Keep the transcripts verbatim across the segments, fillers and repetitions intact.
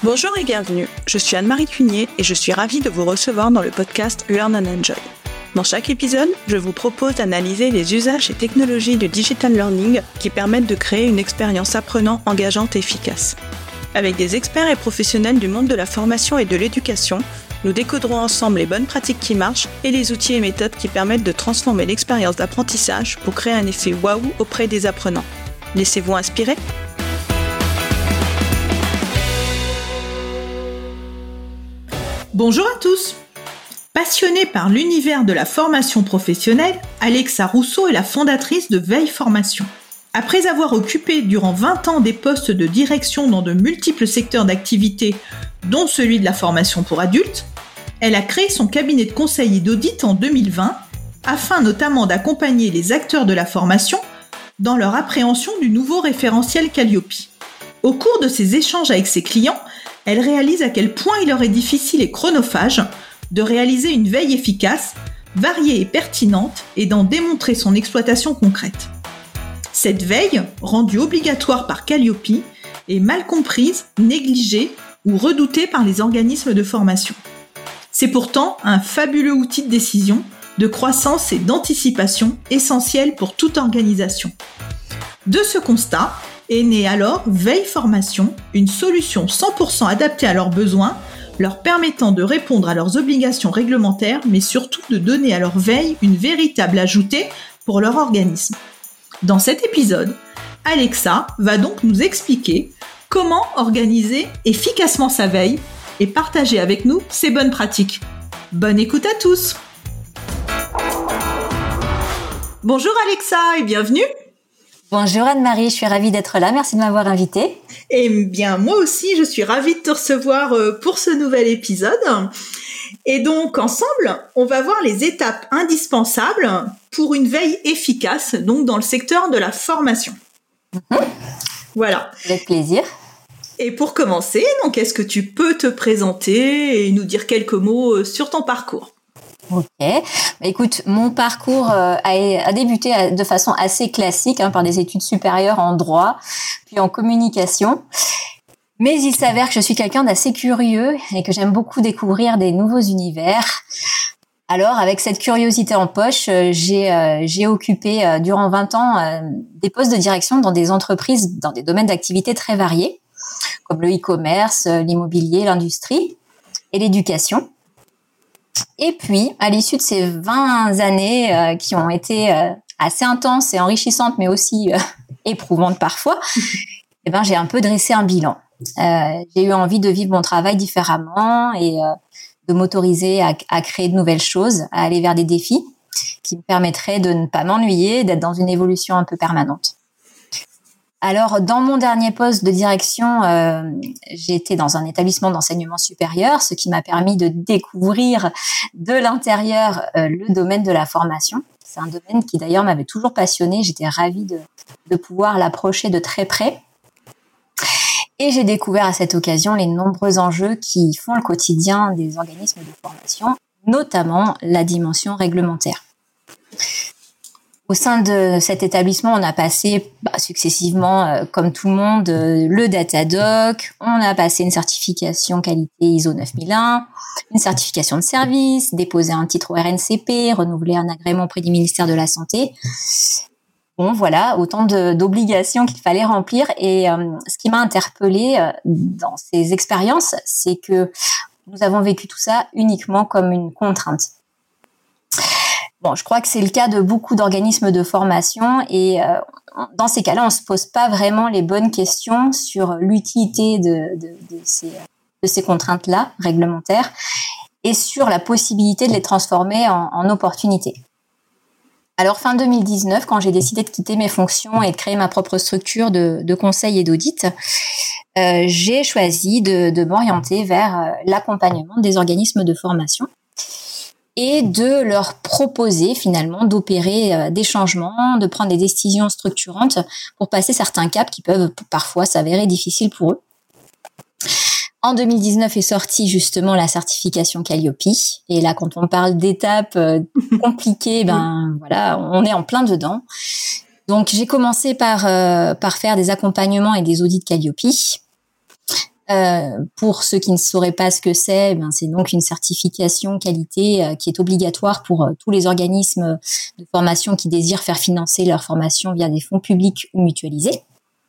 Bonjour et bienvenue, je suis Anne-Marie Cunier et je suis ravie de vous recevoir dans le podcast Learn and Enjoy. Dans chaque épisode, je vous propose d'analyser les usages et technologies du digital learning qui permettent de créer une expérience apprenant, engageante et efficace. Avec des experts et professionnels du monde de la formation et de l'éducation, nous décoderons ensemble les bonnes pratiques qui marchent et les outils et méthodes qui permettent de transformer l'expérience d'apprentissage pour créer un effet waouh auprès des apprenants. Laissez-vous inspirer. Bonjour à tous. Passionnée par l'univers de la formation professionnelle, Alexa Rousseau est la fondatrice de Veille Formation. Après avoir occupé durant vingt ans des postes de direction dans de multiples secteurs d'activité, dont celui de la formation pour adultes, elle a créé son cabinet de conseil et d'audit en deux mille vingt, afin notamment d'accompagner les acteurs de la formation dans leur appréhension du nouveau référentiel Calliope. Au cours de ses échanges avec ses clients, elle réalise à quel point il leur est difficile et chronophage de réaliser une veille efficace, variée et pertinente et d'en démontrer son exploitation concrète. Cette veille, rendue obligatoire par Calliope, est mal comprise, négligée ou redoutée par les organismes de formation. C'est pourtant un fabuleux outil de décision, de croissance et d'anticipation essentiel pour toute organisation. De ce constat, est née alors Veille Formation, une solution cent pour cent adaptée à leurs besoins, leur permettant de répondre à leurs obligations réglementaires, mais surtout de donner à leur veille une véritable ajoutée pour leur organisme. Dans cet épisode, Alexa va donc nous expliquer comment organiser efficacement sa veille et partager avec nous ses bonnes pratiques. Bonne écoute à tous! Bonjour Alexa et bienvenue! Bonjour Anne-Marie, je suis ravie d'être là, merci de m'avoir invitée. Eh bien, moi aussi, je suis ravie de te recevoir pour ce nouvel épisode. Et donc, ensemble, on va voir les étapes indispensables pour une veille efficace, donc dans le secteur de la formation. Mmh. Voilà. Avec plaisir. Et pour commencer, donc, est-ce que tu peux te présenter et nous dire quelques mots sur ton parcours ? Ok. Bah, écoute, mon parcours euh, a, a débuté de façon assez classique hein, par des études supérieures en droit, puis en communication. Mais il s'avère que je suis quelqu'un d'assez curieux et que j'aime beaucoup découvrir des nouveaux univers. Alors, avec cette curiosité en poche, euh, j'ai, euh, j'ai occupé euh, durant vingt ans euh, des postes de direction dans des entreprises, dans des domaines d'activité très variés, comme le e-commerce, l'immobilier, l'industrie et l'éducation. Et puis, à l'issue de ces vingt années euh, qui ont été euh, assez intenses et enrichissantes, mais aussi euh, éprouvantes parfois, eh ben, j'ai un peu dressé un bilan. Euh, j'ai eu envie de vivre mon travail différemment et euh, de m'autoriser à, à créer de nouvelles choses, à aller vers des défis qui me permettraient de ne pas m'ennuyer, d'être dans une évolution un peu permanente. Alors, dans mon dernier poste de direction, euh, j'étais dans un établissement d'enseignement supérieur, ce qui m'a permis de découvrir de l'intérieur euh, le domaine de la formation. C'est un domaine qui d'ailleurs m'avait toujours passionnée. J'étais ravie de, de pouvoir l'approcher de très près. Et j'ai découvert à cette occasion les nombreux enjeux qui font le quotidien des organismes de formation, notamment la dimension réglementaire. Au sein de cet établissement, on a passé bah, successivement, euh, comme tout le monde, euh, le Datadoc, on a passé une certification qualité I S O neuf mille un, une certification de service, déposé un titre au R N C P, renouvelé un agrément auprès du ministère de la Santé. Bon, voilà, autant de, d'obligations qu'il fallait remplir. Et euh, ce qui m'a interpellée euh, dans ces expériences, c'est que nous avons vécu tout ça uniquement comme une contrainte. Bon, je crois que c'est le cas de beaucoup d'organismes de formation et euh, dans ces cas-là, on se pose pas vraiment les bonnes questions sur l'utilité de, de, de, ces, de ces contraintes-là réglementaires et sur la possibilité de les transformer en, en opportunités. Alors, fin deux mille dix-neuf, quand j'ai décidé de quitter mes fonctions et de créer ma propre structure de, de conseil et d'audit, euh, j'ai choisi de, de m'orienter vers l'accompagnement des organismes de formation et de leur proposer finalement d'opérer euh, des changements, de prendre des décisions structurantes pour passer certains caps qui peuvent parfois s'avérer difficiles pour eux. En deux mille dix-neuf est sortie justement la certification Calliope. Et là, quand on parle d'étapes euh, compliquées, ben voilà, on est en plein dedans. Donc, j'ai commencé par euh, par faire des accompagnements et des audits Calliope. Euh, pour ceux qui ne sauraient pas ce que c'est, ben c'est donc une certification qualité euh, qui est obligatoire pour euh, tous les organismes de formation qui désirent faire financer leur formation via des fonds publics ou mutualisés.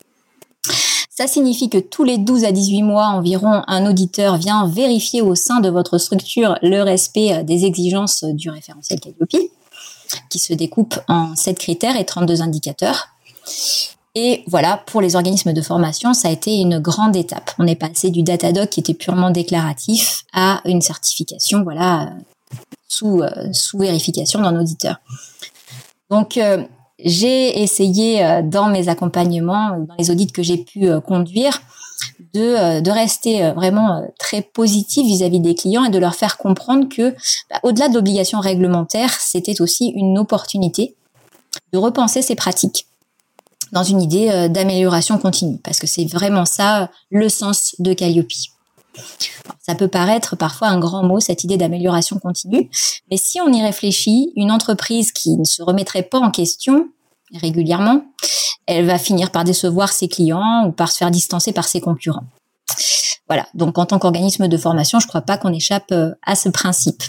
Ça signifie que tous les douze à dix-huit mois environ, un auditeur vient vérifier au sein de votre structure le respect des exigences du référentiel Calliope, qui se découpe en sept critères et trente-deux indicateurs. Et voilà, pour les organismes de formation, ça a été une grande étape. On est passé du Datadoc qui était purement déclaratif à une certification, voilà, sous, euh, sous vérification d'un auditeur. Donc, euh, j'ai essayé euh, dans mes accompagnements, dans les audits que j'ai pu euh, conduire, de, euh, de rester euh, vraiment euh, très positif vis-à-vis des clients et de leur faire comprendre que, bah, au-delà de l'obligation réglementaire, c'était aussi une opportunité de repenser ces pratiques dans une idée euh, d'amélioration continue, parce que c'est vraiment ça le sens de Calliope. Alors, ça peut paraître parfois un grand mot, cette idée d'amélioration continue, mais si on y réfléchit, une entreprise qui ne se remettrait pas en question régulièrement, elle va finir par décevoir ses clients ou par se faire distancer par ses concurrents. Voilà, donc en tant qu'organisme de formation, je ne crois pas qu'on échappe à ce principe.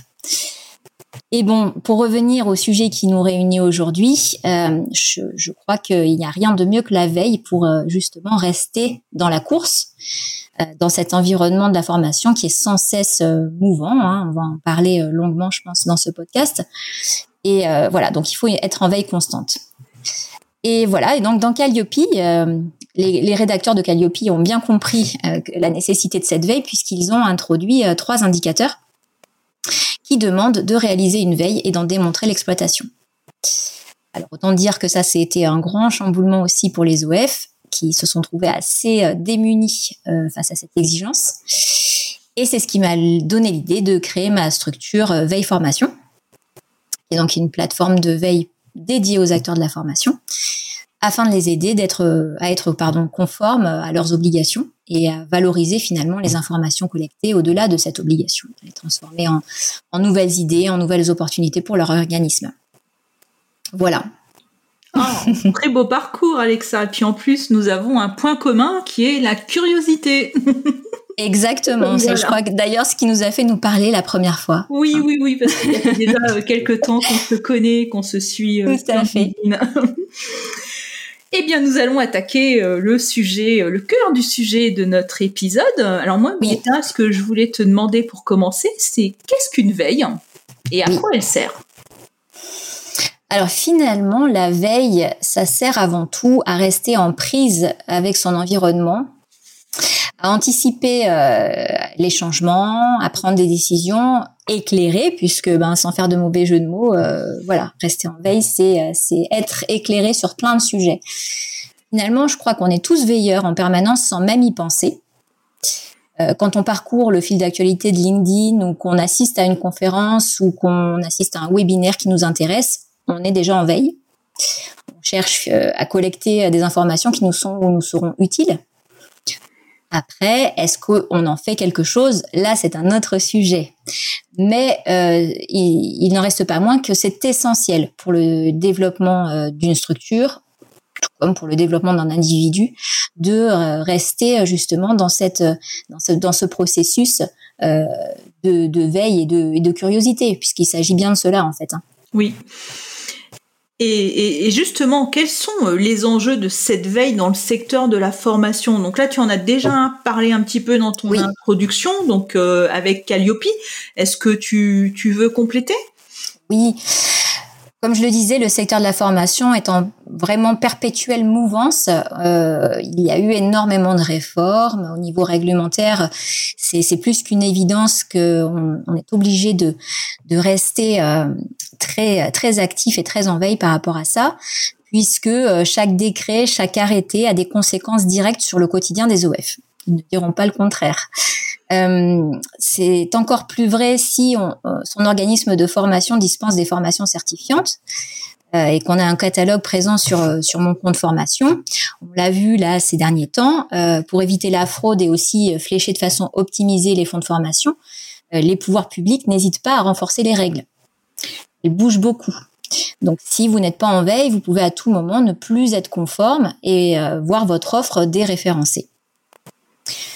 Et bon, pour revenir au sujet qui nous réunit aujourd'hui, euh, je, je crois qu'il n'y a rien de mieux que la veille pour euh, justement rester dans la course, euh, dans cet environnement de la formation qui est sans cesse euh, mouvant. Hein, on va en parler euh, longuement, je pense, dans ce podcast. Et euh, voilà, donc il faut être en veille constante. Et voilà, et donc dans Calliope, euh, les, les rédacteurs de Calliope ont bien compris euh, la nécessité de cette veille puisqu'ils ont introduit euh, trois indicateurs qui demandent de réaliser une veille et d'en démontrer l'exploitation. Alors autant dire que ça, c'était un grand chamboulement aussi pour les O F qui se sont trouvés assez euh, démunis euh, face à cette exigence. Et c'est ce qui m'a donné l'idée de créer ma structure euh, Veille Formation, qui est donc une plateforme de veille dédiée aux acteurs de la formation, afin de les aider d'être, à être pardon, conformes à leurs obligations et à valoriser finalement les informations collectées au-delà de cette obligation, les transformer en, en nouvelles idées, en nouvelles opportunités pour leur organisme. Voilà. Oh, très beau parcours, Alexa. Et puis en plus, nous avons un point commun qui est la curiosité. Exactement. Voilà. C'est, je crois que d'ailleurs, ce qui nous a fait nous parler la première fois. Oui, enfin. oui, oui, parce qu'il y a déjà quelques temps qu'on se connaît, qu'on se suit. Tout à fait. Eh bien, nous allons attaquer euh, le sujet, euh, le cœur du sujet de notre épisode. Alors moi, oui. Meta, ce que je voulais te demander pour commencer, c'est qu'est-ce qu'une veille et à oui. quoi elle sert ? Alors finalement, la veille, ça sert avant tout à rester en prise avec son environnement, à anticiper euh, les changements, à prendre des décisions éclairées, puisque ben sans faire de mauvais jeu de mots, euh, voilà, rester en veille, c'est c'est être éclairé sur plein de sujets. Finalement, je crois qu'on est tous veilleurs en permanence sans même y penser. Euh, quand on parcourt le fil d'actualité de LinkedIn ou qu'on assiste à une conférence ou qu'on assiste à un webinaire qui nous intéresse, on est déjà en veille. On cherche euh, à collecter des informations qui nous sont ou nous seront utiles. Après, est-ce qu'on en fait quelque chose ? Là, c'est un autre sujet. Mais euh, il, il n'en reste pas moins que c'est essentiel pour le développement euh, d'une structure, tout comme pour le développement d'un individu, de euh, rester justement dans cette dans ce dans ce processus euh, de, de veille et de, et de curiosité, puisqu'il s'agit bien de cela en fait. Hein. Oui. Et, et, et justement, quels sont les enjeux de cette veille dans le secteur de la formation ? Donc là, tu en as déjà parlé un petit peu dans ton oui. introduction, donc euh, avec Calliope. Est-ce que tu, tu veux compléter ? Oui. Comme je le disais, le secteur de la formation est en vraiment perpétuelle mouvance. Euh, il y a eu énormément de réformes au niveau réglementaire. C'est, c'est plus qu'une évidence qu'on on est obligé de, de rester euh, très, très actif et très en veille par rapport à ça, puisque chaque décret, chaque arrêté a des conséquences directes sur le quotidien des O F. Ils ne diront pas le contraire. Euh, c'est encore plus vrai si on, son organisme de formation dispense des formations certifiantes euh, et qu'on a un catalogue présent sur sur mon compte formation. On l'a vu là ces derniers temps. Euh, pour éviter la fraude et aussi flécher de façon optimisée les fonds de formation, euh, les pouvoirs publics n'hésitent pas à renforcer les règles. Elles bougent beaucoup. Donc, si vous n'êtes pas en veille, vous pouvez à tout moment ne plus être conforme et euh, voir votre offre déréférencée.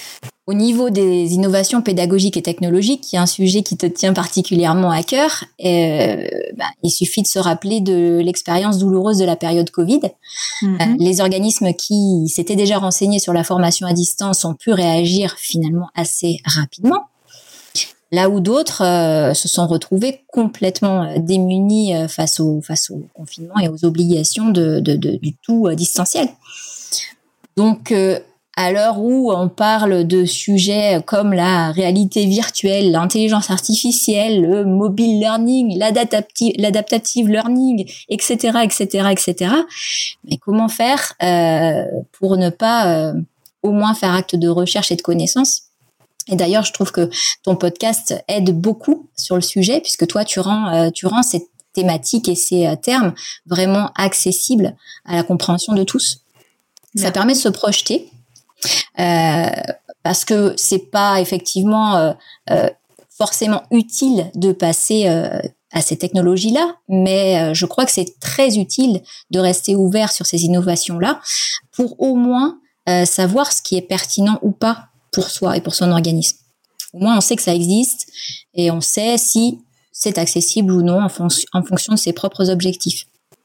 Au niveau des innovations pédagogiques et technologiques, qui est un sujet qui te tient particulièrement à cœur, euh, bah, il suffit de se rappeler de l'expérience douloureuse de la période Covid. Mm-hmm. Euh, les organismes qui s'étaient déjà renseignés sur la formation à distance ont pu réagir finalement assez rapidement, là où d'autres euh, se sont retrouvés complètement démunis face au, face au confinement et aux obligations de, de, de, du tout euh, distanciel. Donc, euh, à l'heure où on parle de sujets comme la réalité virtuelle, l'intelligence artificielle, le mobile learning, l'adaptative, l'adaptative learning, et cetera, et cetera, et cetera. Mais comment faire euh, pour ne pas euh, au moins faire acte de recherche et de connaissance? Et d'ailleurs, je trouve que ton podcast aide beaucoup sur le sujet, puisque toi, tu rends, euh, tu rends ces thématiques et ces euh, termes vraiment accessibles à la compréhension de tous. Bien. Ça permet de se projeter. Euh, parce que c'est pas effectivement euh, euh, forcément utile de passer euh, à ces technologies-là, mais euh, je crois que c'est très utile de rester ouvert sur ces innovations-là pour au moins euh, savoir ce qui est pertinent ou pas pour soi et pour son organisme. Au moins, on sait que ça existe et on sait si c'est accessible ou non en, fon- en fonction de ses propres objectifs.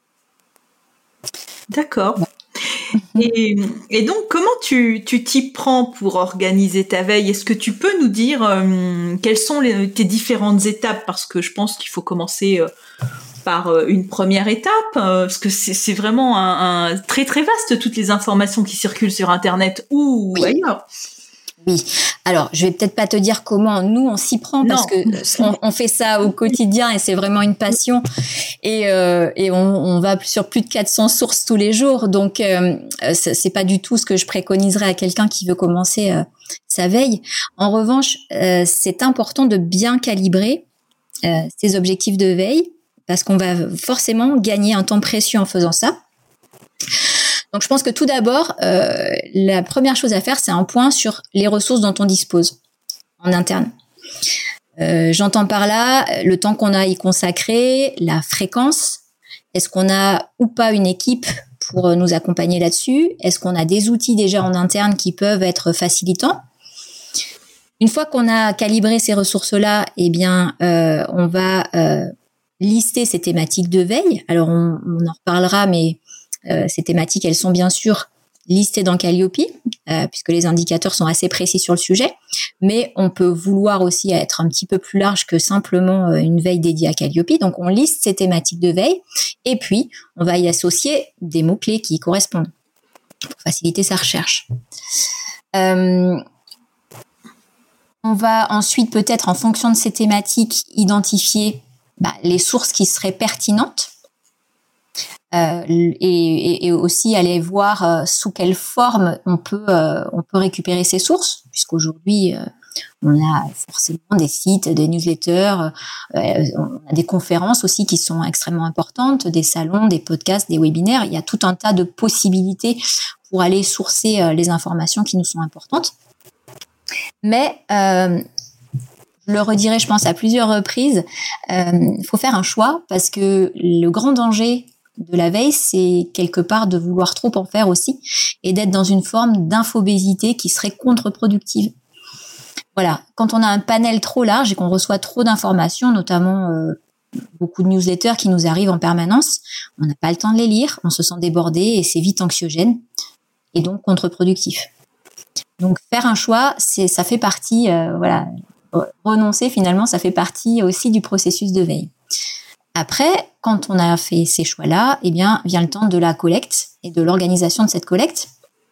D'accord. Et, et donc, comment tu, tu t'y prends pour organiser ta veille? Est-ce que tu peux nous dire euh, quelles sont les, tes différentes étapes? Parce que je pense qu'il faut commencer euh, par euh, une première étape, euh, parce que c'est, c'est vraiment un, un très très vaste, toutes les informations qui circulent sur Internet ou oui. ailleurs. Oui. Alors, je vais peut-être pas te dire comment nous on s'y prend parce non. que on, on fait ça au quotidien et c'est vraiment une passion et euh, et on, on va sur plus de quatre cents sources tous les jours. Donc euh, c'est, c'est pas du tout ce que je préconiserais à quelqu'un qui veut commencer euh, sa veille. En revanche, euh, c'est important de bien calibrer euh, ses objectifs de veille parce qu'on va forcément gagner un temps précieux en faisant ça. Donc, je pense que tout d'abord, euh, la première chose à faire, c'est un point sur les ressources dont on dispose en interne. Euh, j'entends par là le temps qu'on a à y consacrer, la fréquence. Est-ce qu'on a ou pas une équipe pour nous accompagner là-dessus? Est-ce qu'on a des outils déjà en interne qui peuvent être facilitants? Une fois qu'on a calibré ces ressources-là, eh bien, euh, on va euh, lister ces thématiques de veille. Alors, on, on en reparlera, mais Euh, ces thématiques, elles sont bien sûr listées dans Calliope, euh, puisque les indicateurs sont assez précis sur le sujet, mais on peut vouloir aussi être un petit peu plus large que simplement euh, une veille dédiée à Calliope. Donc, on liste ces thématiques de veille, et puis on va y associer des mots-clés qui y correspondent pour faciliter sa recherche. Euh, on va ensuite peut-être, en fonction de ces thématiques, identifier bah, les sources qui seraient pertinentes. Euh, et, et aussi aller voir euh, sous quelle forme on peut euh, on peut récupérer ces sources, puisqu'aujourd'hui euh, on a forcément des sites, des newsletters, euh, on a des conférences aussi qui sont extrêmement importantes, des salons, des podcasts, des webinaires. Il y a tout un tas de possibilités pour aller sourcer euh, les informations qui nous sont importantes. Mais euh, je le redirai, je pense, à plusieurs reprises, il euh, faut faire un choix parce que le grand danger de la veille, c'est quelque part de vouloir trop en faire aussi et d'être dans une forme d'infobésité qui serait contre-productive. Voilà, quand on a un panel trop large et qu'on reçoit trop d'informations, notamment euh, beaucoup de newsletters qui nous arrivent en permanence, on n'a pas le temps de les lire, on se sent débordé et c'est vite anxiogène et donc contre-productif. Donc faire un choix, c'est ça fait partie, euh, voilà, renoncer finalement, ça fait partie aussi du processus de veille. Après, quand on a fait ces choix-là, eh bien, vient le temps de la collecte et de l'organisation de cette collecte.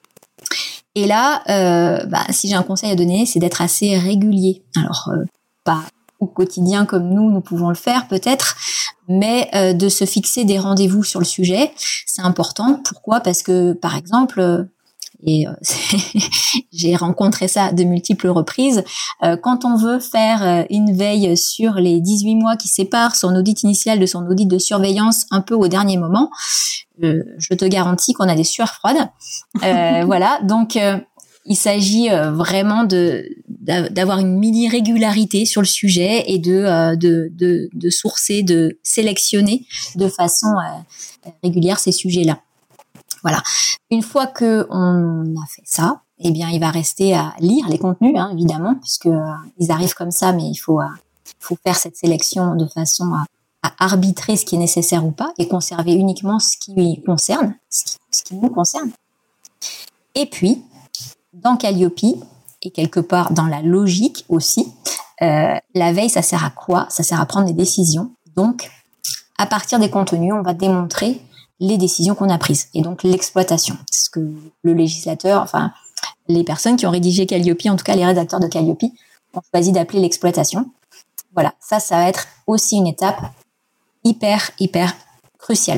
Et là, euh, bah, si j'ai un conseil à donner, c'est d'être assez régulier. Alors, euh, pas au quotidien comme nous, nous pouvons le faire peut-être, mais euh, de se fixer des rendez-vous sur le sujet, c'est important. Pourquoi ? Parce que, par exemple, euh, et euh, j'ai rencontré ça de multiples reprises. Euh, quand on veut faire euh, une veille sur les dix-huit mois qui séparent son audit initial de son audit de surveillance un peu au dernier moment, euh, je te garantis qu'on a des sueurs froides. Euh, voilà, donc euh, il s'agit euh, vraiment de d'avoir une mini-régularité sur le sujet et de euh, de, de de sourcer, de sélectionner de façon euh, régulière ces sujets-là. Voilà. Une fois que on a fait ça, eh bien, il va rester à lire les contenus, hein, évidemment, puisque euh, ils arrivent comme ça, mais il faut, euh, faut faire cette sélection de façon à, à arbitrer ce qui est nécessaire ou pas et conserver uniquement ce qui concerne, ce qui, ce qui nous concerne. Et puis, dans Calliope, et quelque part dans la logique aussi, euh, la veille, ça sert à quoi? Ça sert à prendre des décisions. Donc, à partir des contenus, on va démontrer les décisions qu'on a prises et donc l'exploitation. C'est ce que le législateur, enfin les personnes qui ont rédigé Calliope, en tout cas les rédacteurs de Calliope, ont choisi d'appeler l'exploitation. Voilà, ça, ça va être aussi une étape hyper, hyper cruciale.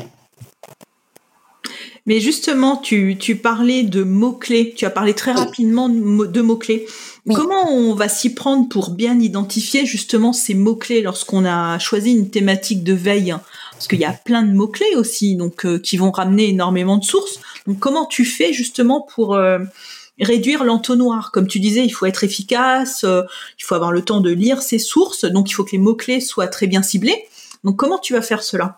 Mais justement, tu, tu parlais de mots-clés, tu as parlé très rapidement de mots-clés. Oui. Comment on va s'y prendre pour bien identifier justement ces mots-clés lorsqu'on a choisi une thématique de veille? Parce qu'il y a plein de mots-clés aussi, donc euh, qui vont ramener énormément de sources. Donc comment tu fais justement pour euh, réduire l'entonnoir? Comme tu disais, il faut être efficace, euh, il faut avoir le temps de lire ces sources, donc il faut que les mots-clés soient très bien ciblés. Donc comment tu vas faire cela?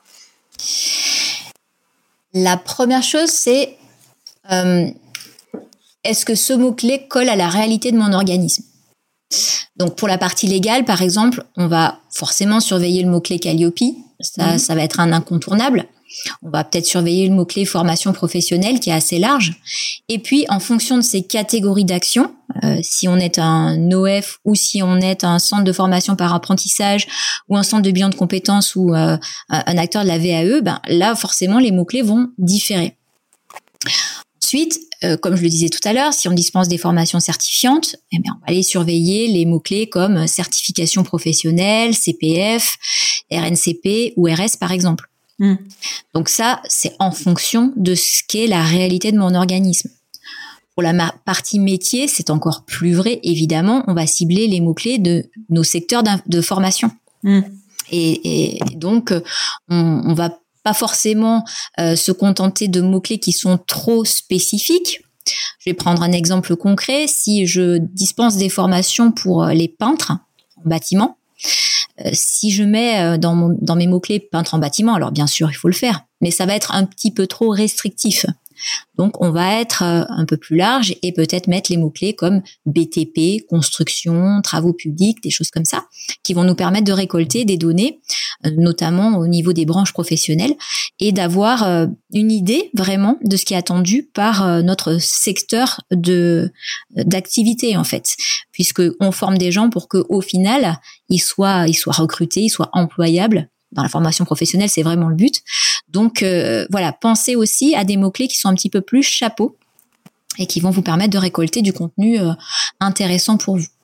La première chose, c'est euh, est-ce que ce mot-clé colle à la réalité de mon organisme? Donc, pour la partie légale, par exemple, on va forcément surveiller le mot-clé Calliope. Ça, mmh. ça va être un incontournable. On va peut-être surveiller le mot-clé formation professionnelle qui est assez large. Et puis, en fonction de ces catégories d'action, euh, si on est un O F ou si on est un centre de formation par apprentissage ou un centre de bilan de compétences ou euh, un acteur de la V A E, ben là, forcément, les mots-clés vont différer. Ensuite, euh, comme je le disais tout à l'heure, si on dispense des formations certifiantes, eh bien, on va aller surveiller les mots-clés comme certification professionnelle, C P F, R N C P ou R S, par exemple. Mmh. Donc ça, c'est en fonction de ce qu'est la réalité de mon organisme. Pour la ma- partie métier, c'est encore plus vrai. Évidemment, on va cibler les mots-clés de nos secteurs de formation. Mmh. Et, et donc, on, on va pas forcément euh, se contenter de mots-clés qui sont trop spécifiques. Je vais prendre un exemple concret. Si je dispense des formations pour les peintres en bâtiment, euh, si je mets euh, dans, mon, dans mes mots-clés peintre en bâtiment, alors bien sûr, il faut le faire, mais ça va être un petit peu trop restrictif. Donc, on va être euh, un peu plus large et peut-être mettre les mots-clés comme B T P, construction, travaux publics, des choses comme ça, qui vont nous permettre de récolter des données, euh, notamment au niveau des branches professionnelles, et d'avoir euh, une idée vraiment de ce qui est attendu par euh, notre secteur de d'activité en fait, puisque on forme des gens pour que au final ils soient ils soient recrutés, ils soient employables. Dans la formation professionnelle, c'est vraiment le but. Donc, euh, voilà, pensez aussi à des mots-clés qui sont un petit peu plus chapeaux et qui vont vous permettre de récolter du contenu euh, intéressant pour vous.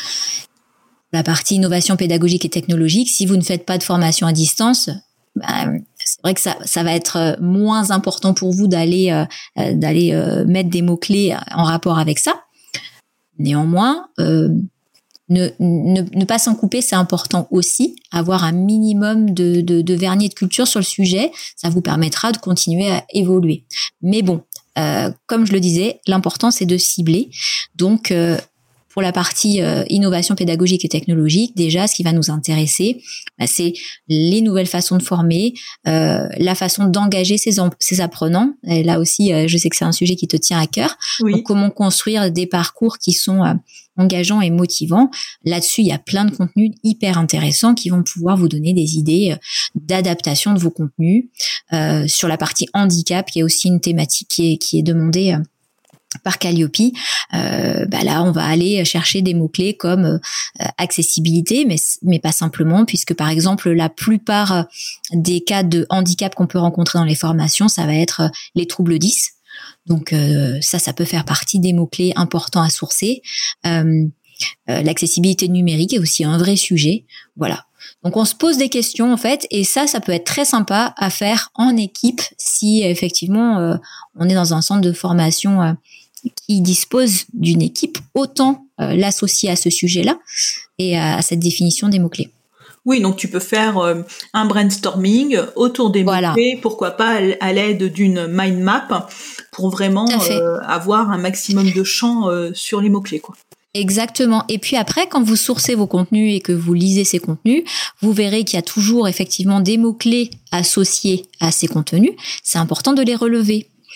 La partie innovation pédagogique et technologique, si vous ne faites pas de formation à distance, bah, c'est vrai que ça, ça va être moins important pour vous d'aller, euh, d'aller euh, mettre des mots-clés en rapport avec ça. Néanmoins, euh, Ne, ne, ne pas s'en couper, c'est important aussi. Avoir un minimum de, de, de vernis et de culture sur le sujet, ça vous permettra de continuer à évoluer. Mais bon, euh, comme je le disais, l'important c'est de cibler. Donc, euh, pour la partie euh, innovation pédagogique et technologique, déjà, ce qui va nous intéresser, bah, c'est les nouvelles façons de former, euh, la façon d'engager ses, en- ses apprenants. Et là aussi, euh, je sais que c'est un sujet qui te tient à cœur. Oui. Donc, comment construire des parcours qui sont euh, engageants et motivants. Là-dessus, il y a plein de contenus hyper intéressants qui vont pouvoir vous donner des idées euh, d'adaptation de vos contenus. Euh, sur la partie handicap, qui est aussi une thématique qui est, qui est demandée euh, par Calliope, euh, bah là on va aller chercher des mots-clés comme euh, accessibilité, mais mais pas simplement, puisque par exemple la plupart des cas de handicap qu'on peut rencontrer dans les formations, ça va être les troubles dys. Donc euh, ça, ça peut faire partie des mots-clés importants à sourcer. Euh, euh, l'accessibilité numérique est aussi un vrai sujet. Voilà. Donc on se pose des questions en fait, et ça, ça peut être très sympa à faire en équipe si effectivement euh, on est dans un centre de formation euh, qui dispose d'une équipe, autant euh, l'associer à ce sujet-là et à, à cette définition des mots-clés. Oui, donc tu peux faire euh, un brainstorming autour des voilà. mots-clés, pourquoi pas à l'aide d'une mind map pour vraiment euh, avoir un maximum de champs euh, sur les mots-clés, quoi. Exactement. Et puis après, quand vous sourcez vos contenus et que vous lisez ces contenus, vous verrez qu'il y a toujours effectivement des mots-clés associés à ces contenus. C'est important de les relever.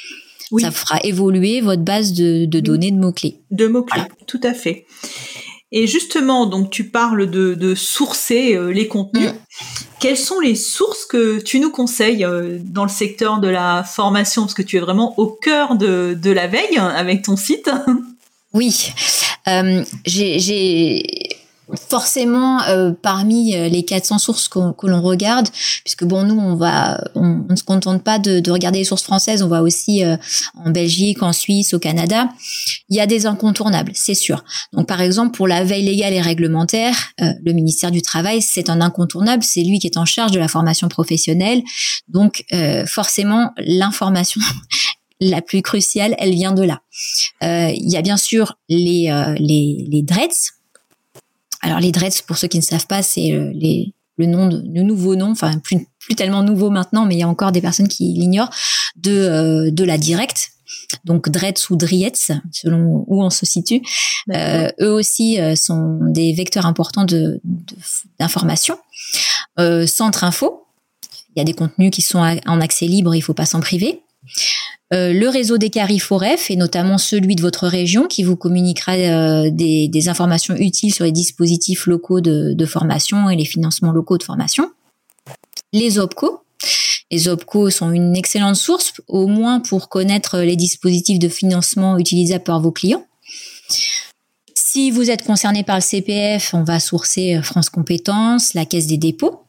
Oui. Ça fera évoluer votre base de, de données, de mots-clés. De mots-clés, voilà. Tout à fait. Et justement, donc tu parles de, de sourcer euh, les contenus. Mmh. Quelles sont les sources que tu nous conseilles euh, dans le secteur de la formation? Parce que tu es vraiment au cœur de, de la veille avec ton site. Oui, euh, j'ai... j'ai... Forcément, euh, parmi les quatre cents sources que, que l'on regarde, puisque bon, nous, on va, on, on ne se contente pas de, de regarder les sources françaises, on va aussi euh, en Belgique, en Suisse, au Canada. Il y a des incontournables, c'est sûr. Donc, par exemple, pour la veille légale et réglementaire, euh, le ministère du Travail, c'est un incontournable. C'est lui qui est en charge de la formation professionnelle. Donc, euh, forcément, l'information la plus cruciale, elle vient de là. Euh, il y a bien sûr les euh, les, les D R E D S. Alors les D R E D S, pour ceux qui ne savent pas, c'est euh, les, le nom de, le nouveau nom, enfin plus, plus tellement nouveau maintenant, mais il y a encore des personnes qui l'ignorent, de euh, de la Directe. Donc D R E D S ou D R I E T S, selon où on se situe. Euh, eux aussi euh, sont des vecteurs importants de, de d'information. Euh, Centre Info, il y a des contenus qui sont en accès libre, il faut pas s'en priver. Euh, le réseau des CARIFOREF et notamment celui de votre région qui vous communiquera euh, des, des informations utiles sur les dispositifs locaux de, de formation et les financements locaux de formation. Les OPCO. Les OPCO sont une excellente source, au moins pour connaître les dispositifs de financement utilisables par vos clients. Si vous êtes concerné par le C P F, on va sourcer France Compétences, la Caisse des dépôts.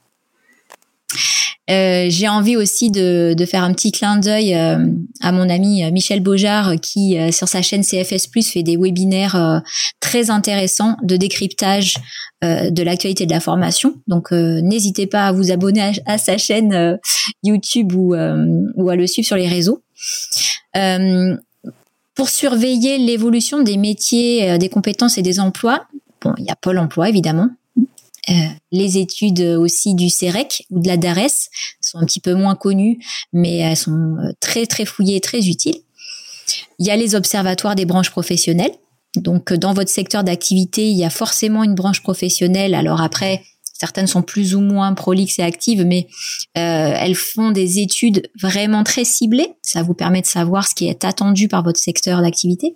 Euh, j'ai envie aussi de, de faire un petit clin d'œil euh, à mon ami Michel Beaujard qui, euh, sur sa chaîne C F S plus, fait des webinaires euh, très intéressants de décryptage euh, de l'actualité de la formation. Donc, euh, n'hésitez pas à vous abonner à, à sa chaîne euh, YouTube ou, euh, ou à le suivre sur les réseaux. Euh, pour surveiller l'évolution des métiers, euh, des compétences et des emplois, bon, il y a Pôle emploi, évidemment. Euh, les études aussi du C E R E C ou de la D A R E S sont un petit peu moins connues, mais elles sont très très fouillées et très utiles. Il y a les observatoires des branches professionnelles. Donc, dans votre secteur d'activité, il y a forcément une branche professionnelle. Alors après, certaines sont plus ou moins prolixes et actives, mais euh, elles font des études vraiment très ciblées. Ça vous permet de savoir ce qui est attendu par votre secteur d'activité.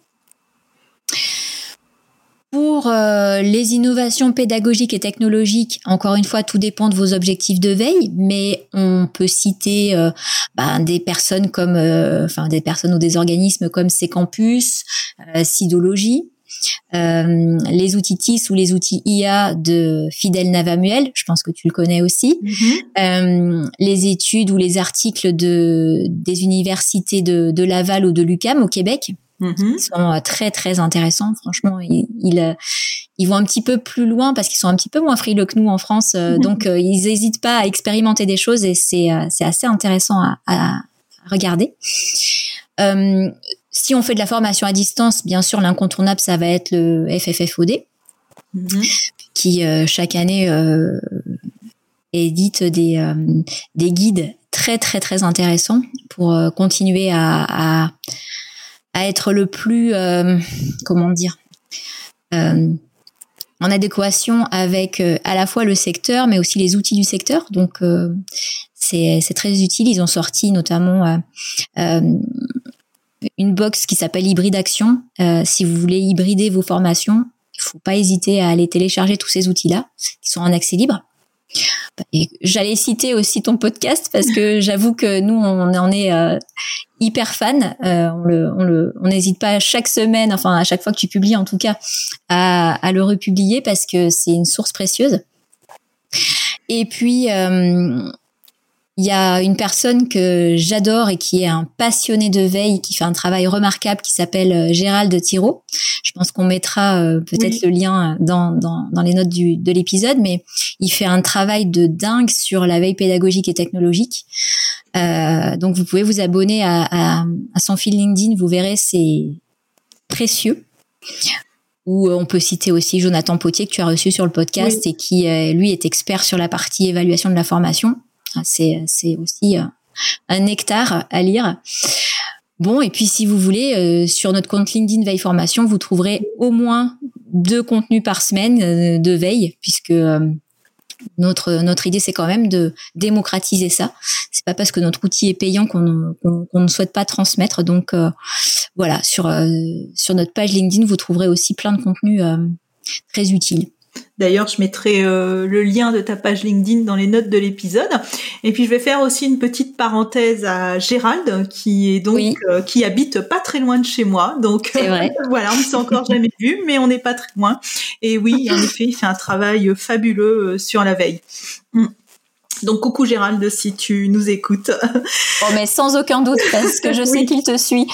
Pour euh, les innovations pédagogiques et technologiques, encore une fois, tout dépend de vos objectifs de veille, mais on peut citer euh, ben, des personnes comme, euh, enfin des personnes ou des organismes comme Ccampus, euh, Sidologie, euh, les outils T I S ou les outils I A de Fidèle Navamuel, je pense que tu le connais aussi, mm-hmm. euh, les études ou les articles de des universités de, de Laval ou de l'U Q A M au Québec. Mmh. Ils sont très très intéressants, franchement. Ils, ils ils vont un petit peu plus loin parce qu'ils sont un petit peu moins frileux que nous en France, mmh. donc euh, ils n'hésitent pas à expérimenter des choses et c'est c'est assez intéressant à, à regarder. Euh, si on fait de la formation à distance, bien sûr l'incontournable ça va être le F F F O D, mmh. qui euh, chaque année euh, édite des euh, des guides très très très intéressants pour euh, continuer à, à à être le plus, euh, comment dire, euh, en adéquation avec euh, à la fois le secteur, mais aussi les outils du secteur. Donc, euh, c'est, c'est très utile. Ils ont sorti notamment euh, euh, une box qui s'appelle Hybride Action. Euh, si vous voulez hybrider vos formations, il faut pas hésiter à aller télécharger tous ces outils-là, qui sont en accès libre. Et j'allais citer aussi ton podcast parce que j'avoue que nous on en est euh, hyper fan. Euh, on le, on le, on n'hésite pas chaque semaine, enfin à chaque fois que tu publies en tout cas, à, à le republier parce que c'est une source précieuse. Et puis euh, il y a une personne que j'adore et qui est un passionné de veille, qui fait un travail remarquable, qui s'appelle Gérald Thiraud. Je pense qu'on mettra euh, peut-être oui. le lien dans, dans, dans les notes du, de l'épisode, mais il fait un travail de dingue sur la veille pédagogique et technologique. Euh, donc, vous pouvez vous abonner à, à, à son fil LinkedIn, vous verrez, c'est précieux. Ou on peut citer aussi Jonathan Potier, que tu as reçu sur le podcast oui. et qui, euh, lui, est expert sur la partie évaluation de la formation. C'est, c'est aussi un nectar à lire. Bon, et puis si vous voulez, euh, sur notre compte LinkedIn Veille Formation, vous trouverez au moins deux contenus par semaine euh, de veille, puisque euh, Notre, notre idée, c'est quand même de démocratiser ça. C'est pas parce que notre outil est payant qu'on, qu'on, qu'on ne souhaite pas transmettre. Donc, euh, voilà, sur, euh, sur notre page LinkedIn, vous trouverez aussi plein de contenus euh, très utiles. D'ailleurs, je mettrai euh, le lien de ta page LinkedIn dans les notes de l'épisode. Et puis, je vais faire aussi une petite parenthèse à Gérald, qui est donc oui. euh, qui habite pas très loin de chez moi. Donc, c'est vrai. Euh, voilà, on ne s'est encore jamais vu, mais on n'est pas très loin. Et oui, en effet, il fait un travail fabuleux sur la veille. Mm. Donc, coucou Gérald, si tu nous écoutes. Oh, mais sans aucun doute, parce que je oui. sais qu'il te suit.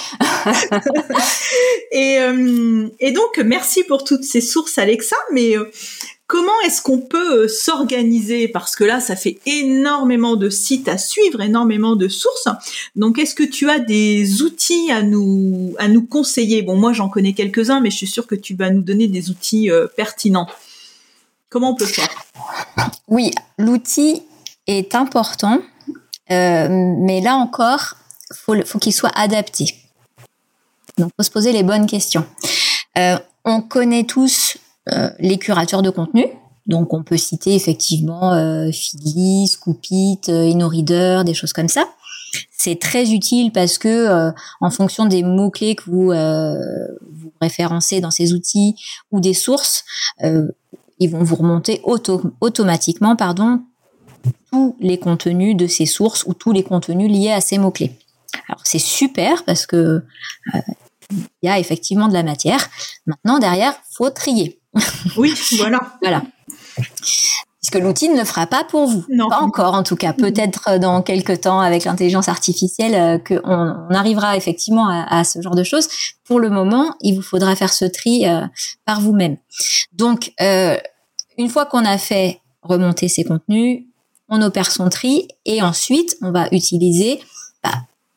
et, euh, et donc, merci pour toutes ces sources, Alexa. Mais euh, comment est-ce qu'on peut euh, s'organiser ? Parce que là, ça fait énormément de sites à suivre, énormément de sources. Donc, est-ce que tu as des outils à nous, à nous conseiller ? Bon, moi, j'en connais quelques-uns, mais je suis sûre que tu vas nous donner des outils euh, pertinents. Comment on peut faire ? Oui, l'outil est important, euh, mais là encore, faut, faut qu'il soit adapté. Donc, faut se poser les bonnes questions. Euh, on connaît tous euh, les curateurs de contenu, donc on peut citer effectivement euh, Feedly, Scoopit, euh, InnoReader, des choses comme ça. C'est très utile parce que euh, en fonction des mots-clés que vous euh, vous référencez dans ces outils ou des sources, euh, ils vont vous remonter auto- automatiquement, pardon, tous les contenus de ces sources ou tous les contenus liés à ces mots-clés. Alors, c'est super parce que euh, il y a effectivement de la matière. Maintenant, derrière, faut trier. Oui, voilà. Voilà. Puisque l'outil ne le fera pas pour vous. Non. Pas encore, en tout cas. Peut-être dans quelques temps, avec l'intelligence artificielle, euh, qu'on on arrivera effectivement à, à ce genre de choses. Pour le moment, il vous faudra faire ce tri euh, par vous-même. Donc, euh, une fois qu'on a fait remonter ces contenus, on opère son tri et ensuite, on va utiliser bah,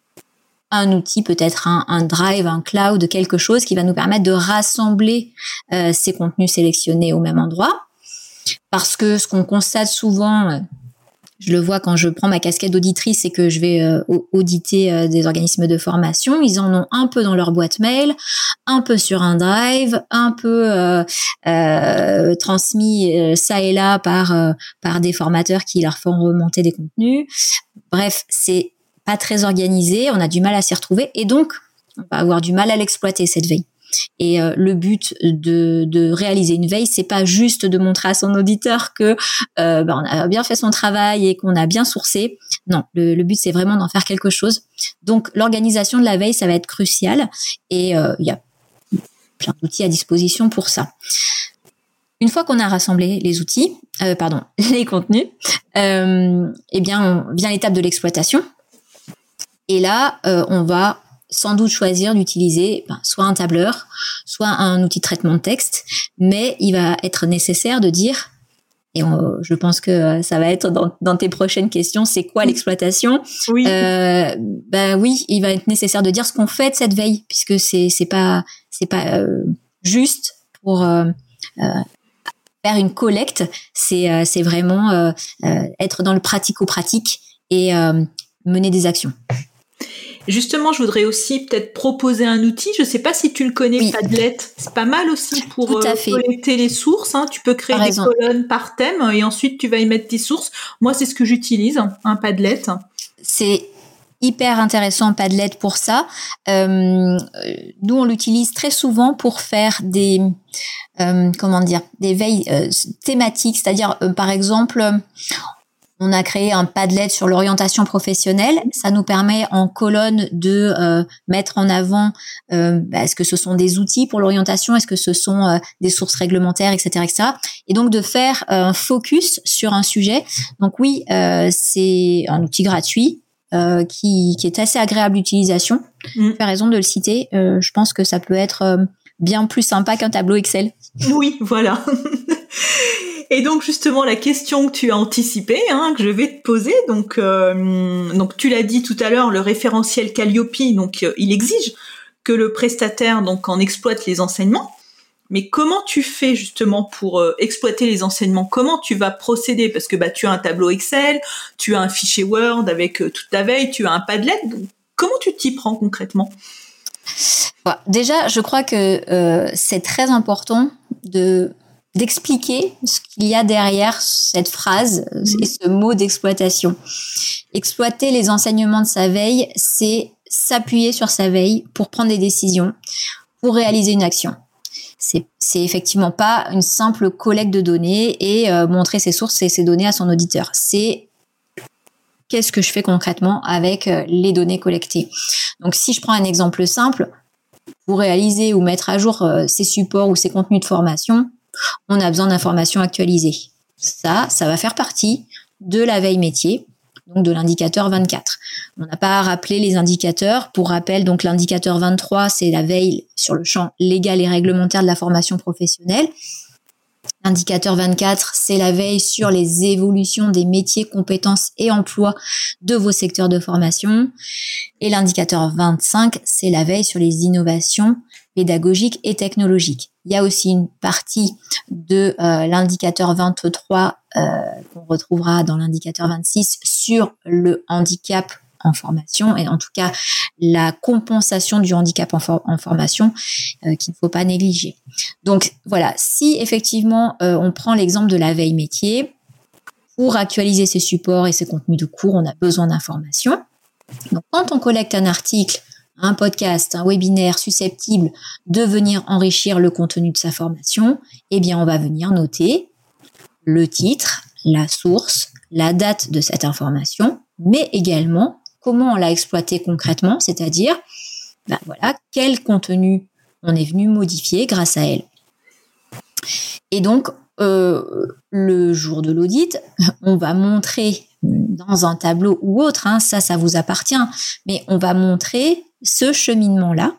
un outil, peut-être un, un drive, un cloud, quelque chose qui va nous permettre de rassembler euh, ces contenus sélectionnés au même endroit. Parce que ce qu'on constate souvent, euh, je le vois quand je prends ma casquette d'auditrice et que je vais euh, auditer euh, des organismes de formation, ils en ont un peu dans leur boîte mail, un peu sur un drive, un peu euh, euh, transmis euh, ça et là par euh, par des formateurs qui leur font remonter des contenus. Bref, c'est pas très organisé, on a du mal à s'y retrouver et donc on va avoir du mal à l'exploiter cette veille. Et euh, le but de, de réaliser une veille, c'est pas juste de montrer à son auditeur que euh, ben, on a bien fait son travail et qu'on a bien sourcé. Non, le, le but c'est vraiment d'en faire quelque chose. Donc l'organisation de la veille, ça va être crucial et il euh, y a plein d'outils à disposition pour ça. Une fois qu'on a rassemblé les outils, euh, pardon, les contenus, euh, eh bien on vient l'étape de l'exploitation. Et là, euh, on va sans doute choisir d'utiliser ben, soit un tableur, soit un outil de traitement de texte, mais il va être nécessaire de dire, et on, je pense que ça va être dans, dans tes prochaines questions, c'est quoi l'exploitation ? Oui. Euh, ben oui, il va être nécessaire de dire ce qu'on fait de cette veille, puisque c'est c'est pas c'est pas euh, juste pour euh, euh, faire une collecte, c'est euh, c'est vraiment euh, euh, être dans le pratico-pratique et euh, mener des actions. Justement, je voudrais aussi peut-être proposer un outil. Je ne sais pas si tu le connais, oui. Padlet. C'est pas mal aussi pour euh, collecter les sources. Hein. Tu peux créer des colonnes par thème et ensuite tu vas y mettre tes sources. Moi, c'est ce que j'utilise, un Padlet. C'est hyper intéressant, Padlet, pour ça. Euh, nous, on l'utilise très souvent pour faire des, euh, comment dire, des veilles euh, thématiques. C'est-à-dire, euh, par exemple, on a créé un Padlet sur l'orientation professionnelle. Ça nous permet en colonne de euh, mettre en avant euh, bah, est-ce que ce sont des outils pour l'orientation, est-ce que ce sont euh, des sources réglementaires, et cetera, et cetera. Et donc de faire euh, un focus sur un sujet. Donc oui, euh, c'est un outil gratuit euh, qui, qui est assez agréable d'utilisation. Mmh. Tu as raison de le citer. Euh, je pense que ça peut être euh, bien plus sympa qu'un tableau Excel. Oui, voilà. Et donc justement la question que tu as anticipée, hein, que je vais te poser, donc euh, donc tu l'as dit tout à l'heure, le référentiel Calliope, donc euh, il exige que le prestataire donc en exploite les enseignements. Mais comment tu fais justement pour euh, exploiter les enseignements ? Comment tu vas procéder ? Parce que bah tu as un tableau Excel, tu as un fichier Word avec euh, toute ta veille, tu as un Padlet. Donc, comment tu t'y prends concrètement ? Déjà, je crois que euh, c'est très important de d'expliquer ce qu'il y a derrière cette phrase et ce mot d'exploitation. Exploiter les enseignements de sa veille, c'est s'appuyer sur sa veille pour prendre des décisions, pour réaliser une action. C'est, c'est effectivement pas une simple collecte de données et euh, montrer ses sources et ses données à son auditeur. C'est qu'est-ce que je fais concrètement avec euh, les données collectées. Donc, si je prends un exemple simple, pour réaliser ou mettre à jour euh, ces supports ou ces contenus de formation, on a besoin d'informations actualisées. Ça, ça va faire partie de la veille métier, donc de l'indicateur vingt-quatre. On n'a pas à rappeler les indicateurs. Pour rappel, donc l'indicateur vingt-trois, c'est la veille sur le champ légal et réglementaire de la formation professionnelle. L'indicateur vingt-quatre, c'est la veille sur les évolutions des métiers, compétences et emplois de vos secteurs de formation. Et l'indicateur vingt-cinq, c'est la veille sur les innovations pédagogiques et technologiques. Il y a aussi une partie de euh, l'indicateur vingt-trois euh, qu'on retrouvera dans l'indicateur vingt-six sur le handicap en formation et en tout cas la compensation du handicap en, for- en formation euh, qu'il ne faut pas négliger. Donc voilà, si effectivement euh, on prend l'exemple de la veille métier, pour actualiser ses supports et ses contenus de cours, on a besoin d'informations. Donc quand on collecte un article, un podcast, un webinaire susceptible de venir enrichir le contenu de sa formation, eh bien on va venir noter le titre, la source, la date de cette information, mais également comment on l'a exploité concrètement, c'est-à-dire ben voilà, quel contenu on est venu modifier grâce à elle. Et donc, euh, le jour de l'audit, on va montrer dans un tableau ou autre, hein, ça, ça vous appartient, mais on va montrer ce cheminement-là.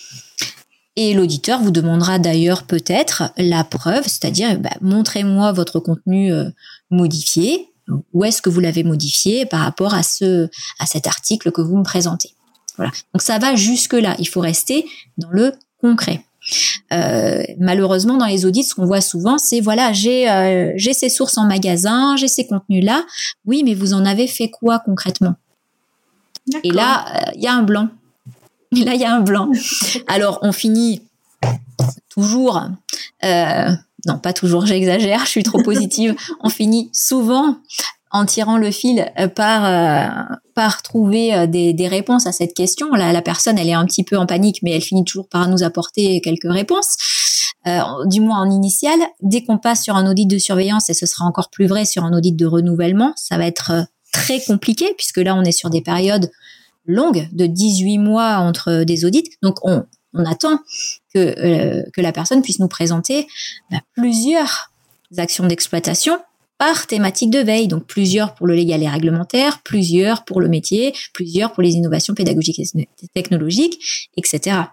Et l'auditeur vous demandera d'ailleurs peut-être la preuve, c'est-à-dire bah, montrez-moi votre contenu euh, modifié. Où est-ce que vous l'avez modifié par rapport à ce à cet article que vous me présentez. Voilà. Donc ça va jusque-là. Il faut rester dans le concret. Euh, malheureusement, dans les audits, ce qu'on voit souvent, c'est voilà, j'ai euh, j'ai ces sources en magasin, j'ai ces contenus-là. Oui, mais vous en avez fait quoi concrètement ? D'accord. Et là, il euh, y a un blanc. Et là, il y a un blanc. Alors, on finit toujours. Euh, non, pas toujours. J'exagère. Je suis trop positive. On finit souvent en tirant le fil par euh, par trouver des, des réponses à cette question. La, la personne, elle est un petit peu en panique, mais elle finit toujours par nous apporter quelques réponses. Euh, du moins en initial. Dès qu'on passe sur un audit de surveillance, et ce sera encore plus vrai sur un audit de renouvellement, ça va être très compliqué puisque là, on est sur des périodes longues de dix-huit mois entre des audits. Donc, on, on attend que, euh, que la personne puisse nous présenter bah, plusieurs actions d'exploitation par thématique de veille. Donc, plusieurs pour le légal et réglementaire, plusieurs pour le métier, plusieurs pour les innovations pédagogiques et technologiques, et cetera.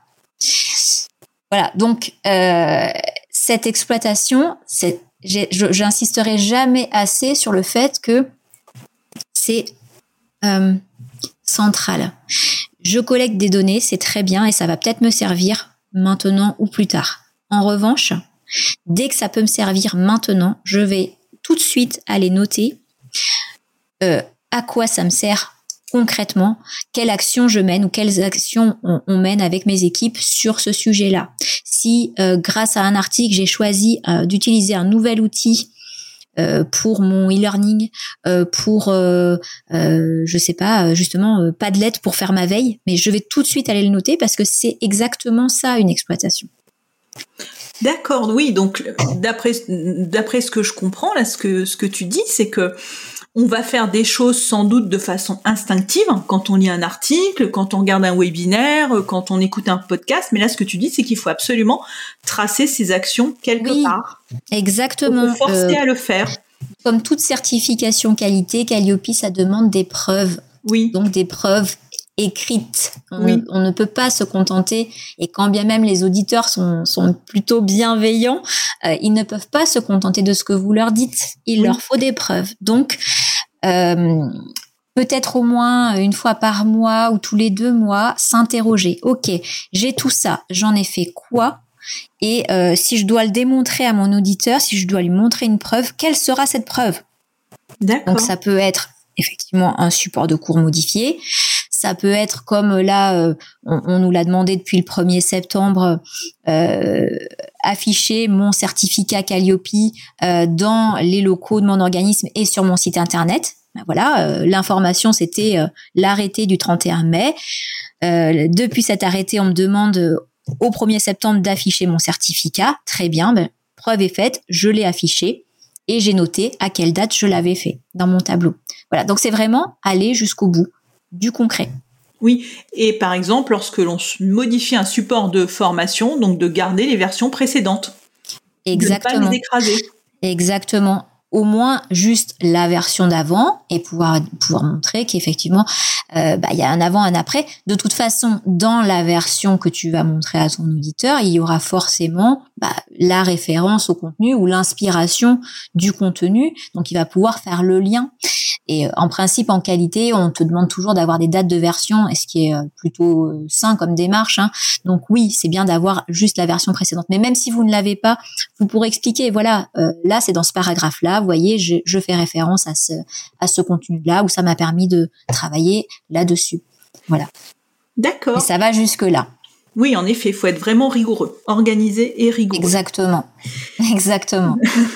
Voilà. Donc, euh, cette exploitation, c'est, j'ai, je, j'insisterai jamais assez sur le fait que c'est euh, central. Je collecte des données, c'est très bien et ça va peut-être me servir maintenant ou plus tard. En revanche, dès que ça peut me servir maintenant, je vais tout de suite aller noter euh, à quoi ça me sert concrètement, quelle action je mène ou quelles actions on, on mène avec mes équipes sur ce sujet-là. Si euh, grâce à un article, j'ai choisi euh, d'utiliser un nouvel outil Euh, pour mon e-learning, euh, pour, euh, euh, je sais pas, justement, euh, Padlet pour faire ma veille, mais je vais tout de suite aller le noter parce que c'est exactement ça, une exploitation. D'accord, oui, donc d'après, d'après ce que je comprends, là, ce que, ce que tu dis, c'est que on va faire des choses sans doute de façon instinctive quand on lit un article, quand on regarde un webinaire, quand on écoute un podcast. Mais là, ce que tu dis, c'est qu'il faut absolument tracer ses actions quelque oui, part. Exactement. Il faut forcer euh, à le faire. Comme toute certification qualité, Calliope, ça demande des preuves. Oui. Donc des preuves écrites. On, oui. ne, on ne peut pas se contenter, et quand bien même les auditeurs sont, sont plutôt bienveillants, euh, ils ne peuvent pas se contenter de ce que vous leur dites. Il oui. leur faut des preuves. Donc, euh, peut-être au moins une fois par mois ou tous les deux mois, s'interroger. Ok, j'ai tout ça, j'en ai fait quoi ? Et euh, si je dois le démontrer à mon auditeur, si je dois lui montrer une preuve, quelle sera cette preuve ? D'accord. Donc ça peut être effectivement un support de cours modifié, ça peut être comme là, euh, on, on nous l'a demandé depuis le premier septembre, euh, afficher mon certificat Calliope euh, dans les locaux de mon organisme et sur mon site internet. Ben voilà, euh, l'information, c'était euh, l'arrêté du trente et un mai. Euh, depuis cet arrêté, on me demande euh, au premier septembre d'afficher mon certificat. Très bien, ben, preuve est faite, je l'ai affiché et j'ai noté à quelle date je l'avais fait dans mon tableau. Voilà, donc c'est vraiment aller jusqu'au bout du concret. Oui, et par exemple, lorsque l'on modifie un support de formation, donc de garder les versions précédentes. Exactement. De ne pas les écraser. Exactement. Au moins juste la version d'avant et pouvoir pouvoir montrer qu'effectivement euh, bah il y a un avant un après. De toute façon, dans la version que tu vas montrer à ton auditeur, il y aura forcément bah, la référence au contenu ou l'inspiration du contenu, donc il va pouvoir faire le lien. Et en principe, en qualité, on te demande toujours d'avoir des dates de version, et ce qui est plutôt sain comme démarche, hein. Donc oui, c'est bien d'avoir juste la version précédente. Mais même si vous ne l'avez pas, vous pourrez expliquer, voilà, euh, là c'est dans ce paragraphe-là, vous voyez, je, je fais référence à ce, à ce contenu-là, où ça m'a permis de travailler là-dessus. Voilà. D'accord. Et ça va jusque-là. Oui, en effet, il faut être vraiment rigoureux, organisé et rigoureux. Exactement. Exactement.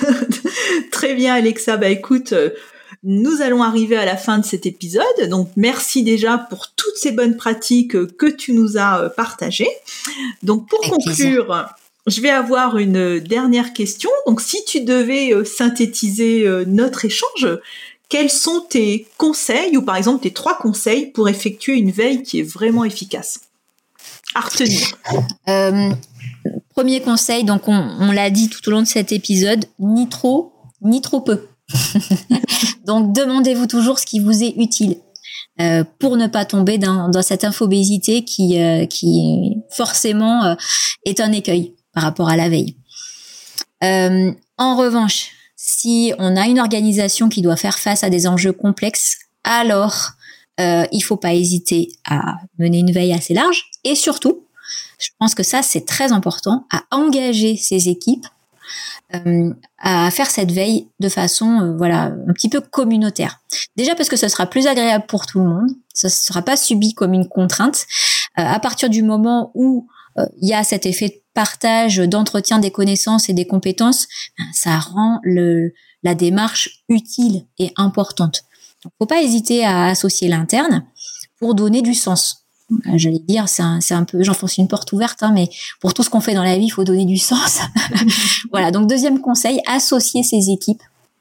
Très bien, Alexa. Bah écoute, euh, nous allons arriver à la fin de cet épisode. Donc, merci déjà pour toutes ces bonnes pratiques que tu nous as partagées. Donc, pour Avec conclure, plaisir. Je vais avoir une dernière question. Donc, si tu devais synthétiser notre échange, quels sont tes conseils ou par exemple tes trois conseils pour effectuer une veille qui est vraiment efficace à retenir? euh, Premier conseil, donc on, on l'a dit tout au long de cet épisode, ni trop, ni trop peu. Donc, demandez-vous toujours ce qui vous est utile euh, pour ne pas tomber dans, dans cette infobésité qui, euh, qui forcément euh, est un écueil par rapport à la veille. Euh, en revanche, si on a une organisation qui doit faire face à des enjeux complexes, alors euh, il faut pas hésiter à mener une veille assez large et surtout, je pense que ça c'est très important, à engager ses équipes Euh, à faire cette veille de façon euh, voilà un petit peu communautaire. Déjà parce que ce sera plus agréable pour tout le monde, ça ne sera pas subi comme une contrainte. Euh, à partir du moment où euh, il y a cet effet de partage, d'entretien des connaissances et des compétences, ben, ça rend le, la démarche utile et importante. Donc, faut pas hésiter à associer l'interne pour donner du sens. J'allais dire, c'est un, c'est un peu, j'enfonce une porte ouverte, hein, mais pour tout ce qu'on fait dans la vie, il faut donner du sens. Voilà. Donc, deuxième conseil, associer ses équipes.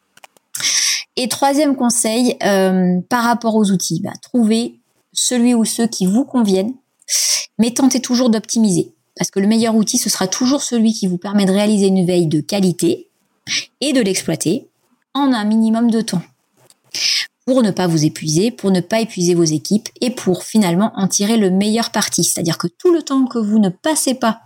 Et troisième conseil, euh, par rapport aux outils, bah, trouvez celui ou ceux qui vous conviennent, mais tentez toujours d'optimiser. Parce que le meilleur outil, ce sera toujours celui qui vous permet de réaliser une veille de qualité et de l'exploiter en un minimum de temps. Pour ne pas vous épuiser, pour ne pas épuiser vos équipes et pour finalement en tirer le meilleur parti. C'est-à-dire que tout le temps que vous ne passez pas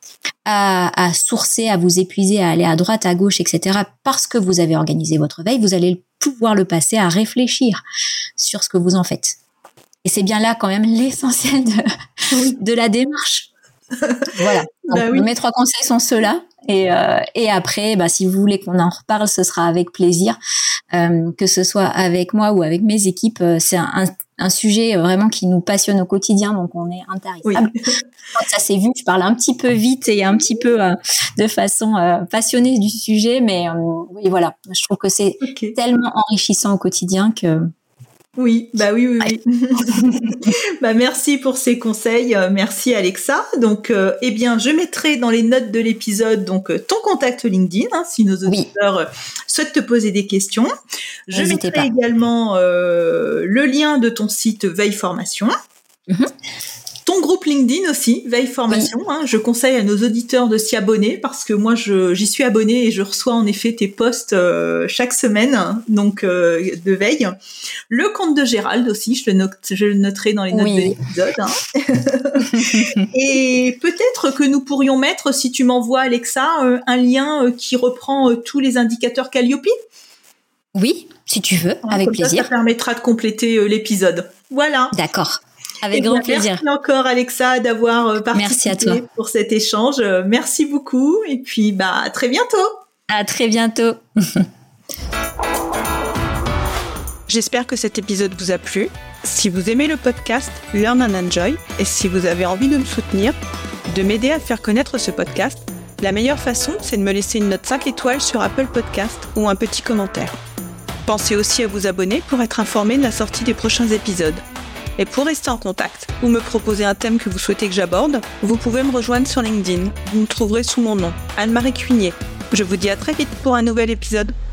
à, à sourcer, à vous épuiser, à aller à droite, à gauche, et cetera, parce que vous avez organisé votre veille, vous allez pouvoir le passer à réfléchir sur ce que vous en faites. Et c'est bien là quand même l'essentiel de, de la démarche. Voilà. Donc, bah oui. Mes trois conseils sont ceux-là. Et, euh, et après, bah, si vous voulez qu'on en reparle, ce sera avec plaisir. Euh, que ce soit avec moi ou avec mes équipes, euh, c'est un, un, un sujet vraiment qui nous passionne au quotidien, donc on est intarissable. Oui. Ça s'est vu, je parle un petit peu vite et un petit peu euh, de façon euh, passionnée du sujet, mais euh, oui, voilà, je trouve que c'est okay. tellement enrichissant au quotidien que... Oui, bah oui, oui, oui. Bah merci pour ces conseils, euh, merci Alexa. Donc, euh, eh bien, je mettrai dans les notes de l'épisode donc ton contact LinkedIn, hein, si nos auditeurs oui. souhaitent te poser des questions. Je N'hésitez mettrai pas. également euh, le lien de ton site Veille Formation. Mm-hmm. Ton groupe LinkedIn aussi, Veille Formation. Oui. Hein, je conseille à nos auditeurs de s'y abonner parce que moi, je, j'y suis abonnée et je reçois en effet tes posts euh, chaque semaine, donc euh, de veille. Le compte de Gérald aussi, je le, note, je le noterai dans les notes oui. de l'épisode. Hein. Et peut-être que nous pourrions mettre, si tu m'envoies Alexa, euh, un lien euh, qui reprend euh, tous les indicateurs Calliope. Oui, si tu veux, avec Comme plaisir. Ça, ça permettra de compléter euh, l'épisode. Voilà. D'accord. Avec grand plaisir. Merci encore Alexa d'avoir participé pour cet échange. Merci beaucoup et puis bah à très bientôt. À très bientôt. J'espère que cet épisode vous a plu. Si vous aimez le podcast Learn and Enjoy et si vous avez envie de me soutenir, de m'aider à faire connaître ce podcast, la meilleure façon, c'est de me laisser une note cinq étoiles sur Apple Podcast ou un petit commentaire. Pensez aussi à vous abonner pour être informé de la sortie des prochains épisodes. Et pour rester en contact ou me proposer un thème que vous souhaitez que j'aborde, vous pouvez me rejoindre sur LinkedIn. Vous me trouverez sous mon nom, Anne-Marie Cuinier. Je vous dis à très vite pour un nouvel épisode.